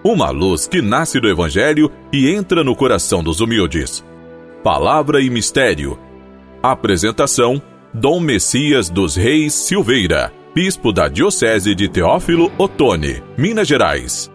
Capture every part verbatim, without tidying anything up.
uma luz que nasce do Evangelho e entra no coração dos humildes. Palavra e Mistério. Apresentação: Dom Messias dos Reis Silveira, bispo da Diocese de Teófilo Otoni, Minas Gerais.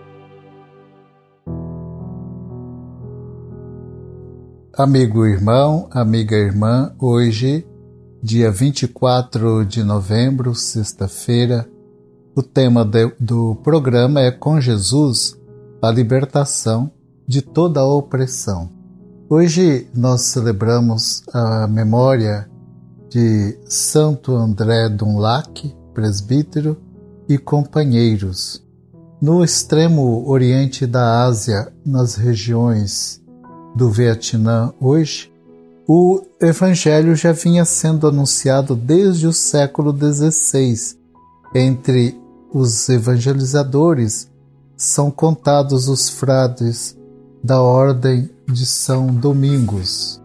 Amigo irmão, amiga irmã, hoje, dia vinte e quatro de novembro, sexta-feira, o tema de, do programa é Com Jesus, a libertação de toda a opressão. Hoje nós celebramos a memória de Santo André Dunlac, presbítero, e companheiros. No extremo oriente da Ásia, nas regiões do Vietnã hoje, o Evangelho já vinha sendo anunciado desde o século dezesseis. Entre os evangelizadores são contados os frades da Ordem de São Domingos,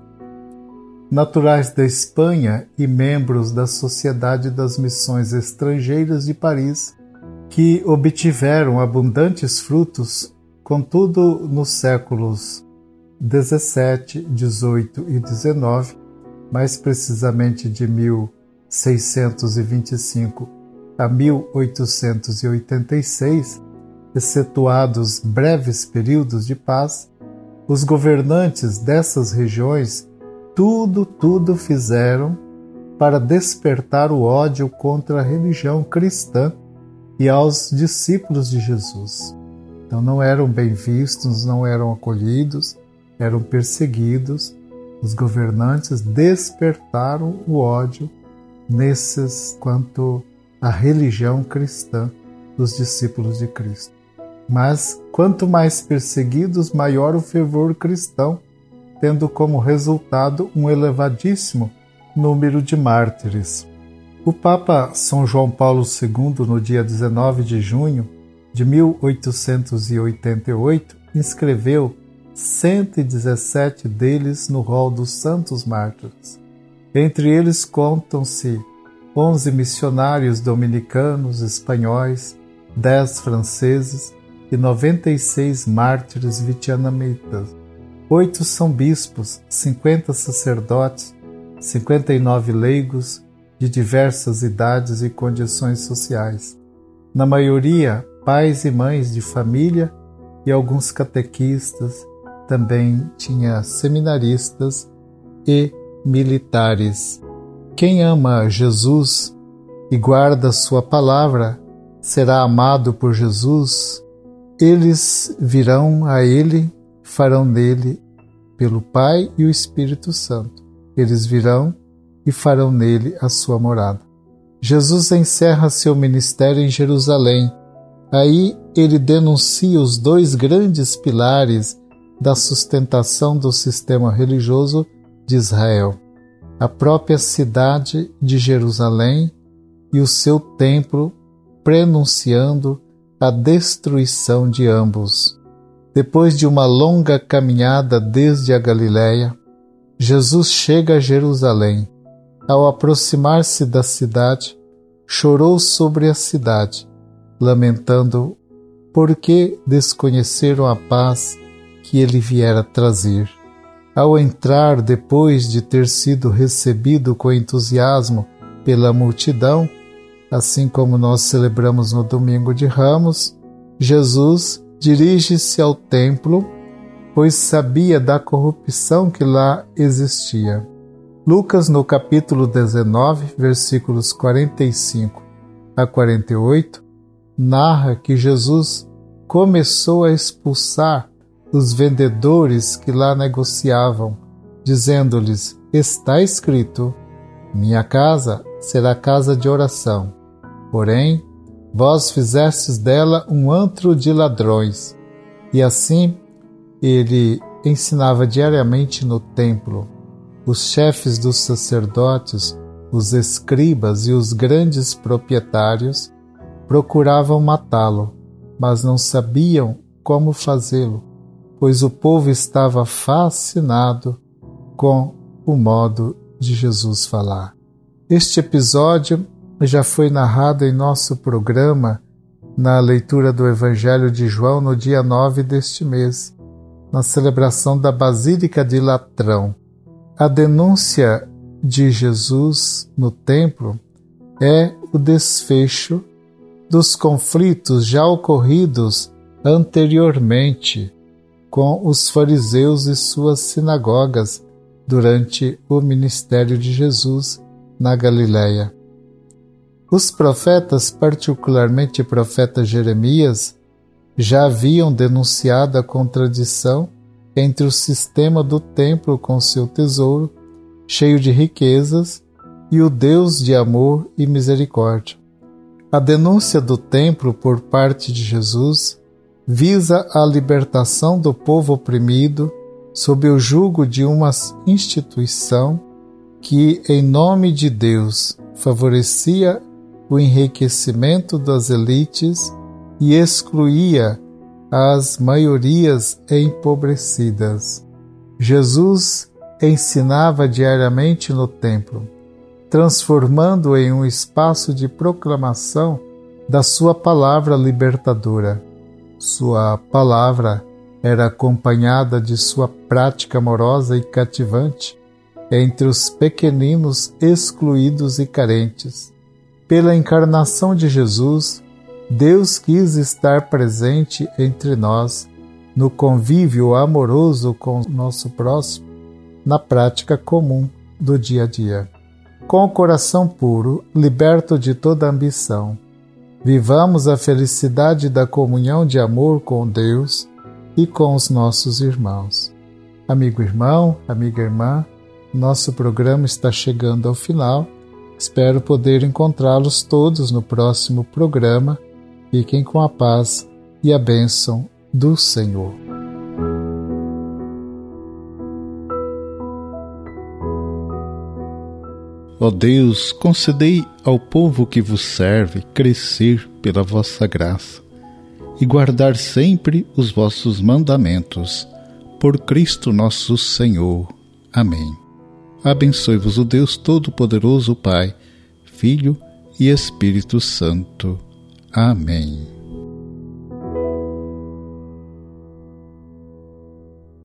naturais da Espanha e membros da Sociedade das Missões Estrangeiras de Paris, que obtiveram abundantes frutos, contudo, nos séculos dezessete, dezoito e dezenove, mais precisamente de mil seiscentos e vinte e cinco a mil oitocentos e oitenta e seis, excetuados breves períodos de paz, os governantes dessas regiões tudo, tudo fizeram para despertar o ódio contra a religião cristã e aos discípulos de Jesus. Então não eram bem vistos, não eram acolhidos, eram perseguidos. Os governantes despertaram o ódio nesses quanto à religião cristã dos discípulos de Cristo. Mas quanto mais perseguidos, maior o fervor cristão, tendo como resultado um elevadíssimo número de mártires. O Papa São João Paulo segundo, no dia dezenove de junho de mil oitocentos e oitenta e oito, inscreveu cento e dezessete deles no rol dos santos mártires. Entre eles contam-se onze missionários dominicanos, espanhóis, dez franceses e noventa e seis mártires vietnamitas. Oito são bispos, cinquenta sacerdotes, cinquenta e nove leigos de diversas idades e condições sociais. Na maioria, pais e mães de família e alguns catequistas. Também tinha seminaristas e militares. Quem ama Jesus e guarda sua palavra será amado por Jesus. Eles virão a ele, farão nele pelo Pai e o Espírito Santo. Eles virão e farão nele a sua morada. Jesus encerra seu ministério em Jerusalém. Aí ele denuncia os dois grandes pilares da sustentação do sistema religioso de Israel, a própria cidade de Jerusalém e o seu templo, prenunciando a destruição de ambos. Depois de uma longa caminhada desde a Galiléia, Jesus chega a Jerusalém. Ao aproximar-se da cidade, chorou sobre a cidade, lamentando porque desconheceram a paz que ele viera trazer. Ao entrar, depois de ter sido recebido com entusiasmo pela multidão, assim como nós celebramos no Domingo de Ramos, Jesus dirige-se ao templo, pois sabia da corrupção que lá existia. Lucas, no capítulo dezenove, versículos quarenta e cinco a quarenta e oito, narra que Jesus começou a expulsar os vendedores que lá negociavam, dizendo-lhes: está escrito, minha casa será casa de oração, porém vós fizestes dela um antro de ladrões. E assim ele ensinava diariamente no templo. Os chefes dos sacerdotes, os escribas e os grandes proprietários procuravam matá-lo, mas não sabiam como fazê-lo, pois o povo estava fascinado com o modo de Jesus falar. Este episódio já foi narrado em nosso programa na leitura do Evangelho de João no dia nove deste mês, na celebração da Basílica de Latrão. A denúncia de Jesus no templo é o desfecho dos conflitos já ocorridos anteriormente com os fariseus e suas sinagogas durante o ministério de Jesus na Galileia. Os profetas, particularmente o profeta Jeremias, já haviam denunciado a contradição entre o sistema do templo com seu tesouro, cheio de riquezas, e o Deus de amor e misericórdia. A denúncia do templo por parte de Jesus visa a libertação do povo oprimido sob o jugo de uma instituição que, em nome de Deus, favorecia o enriquecimento das elites e excluía as maiorias empobrecidas. Jesus ensinava diariamente no templo, transformando em um espaço de proclamação da sua palavra libertadora. Sua palavra era acompanhada de sua prática amorosa e cativante entre os pequeninos excluídos e carentes. Pela encarnação de Jesus, Deus quis estar presente entre nós, no convívio amoroso com o nosso próximo, na prática comum do dia a dia. Com o coração puro, liberto de toda ambição, vivamos a felicidade da comunhão de amor com Deus e com os nossos irmãos. Amigo irmão, amiga irmã, nosso programa está chegando ao final. Espero poder encontrá-los todos no próximo programa. Fiquem com a paz e a bênção do Senhor. Ó Deus, concedei ao povo que vos serve crescer pela vossa graça e guardar sempre os vossos mandamentos. Por Cristo nosso Senhor. Amém. Abençoe-vos o Deus Todo-Poderoso, Pai, Filho e Espírito Santo. Amém.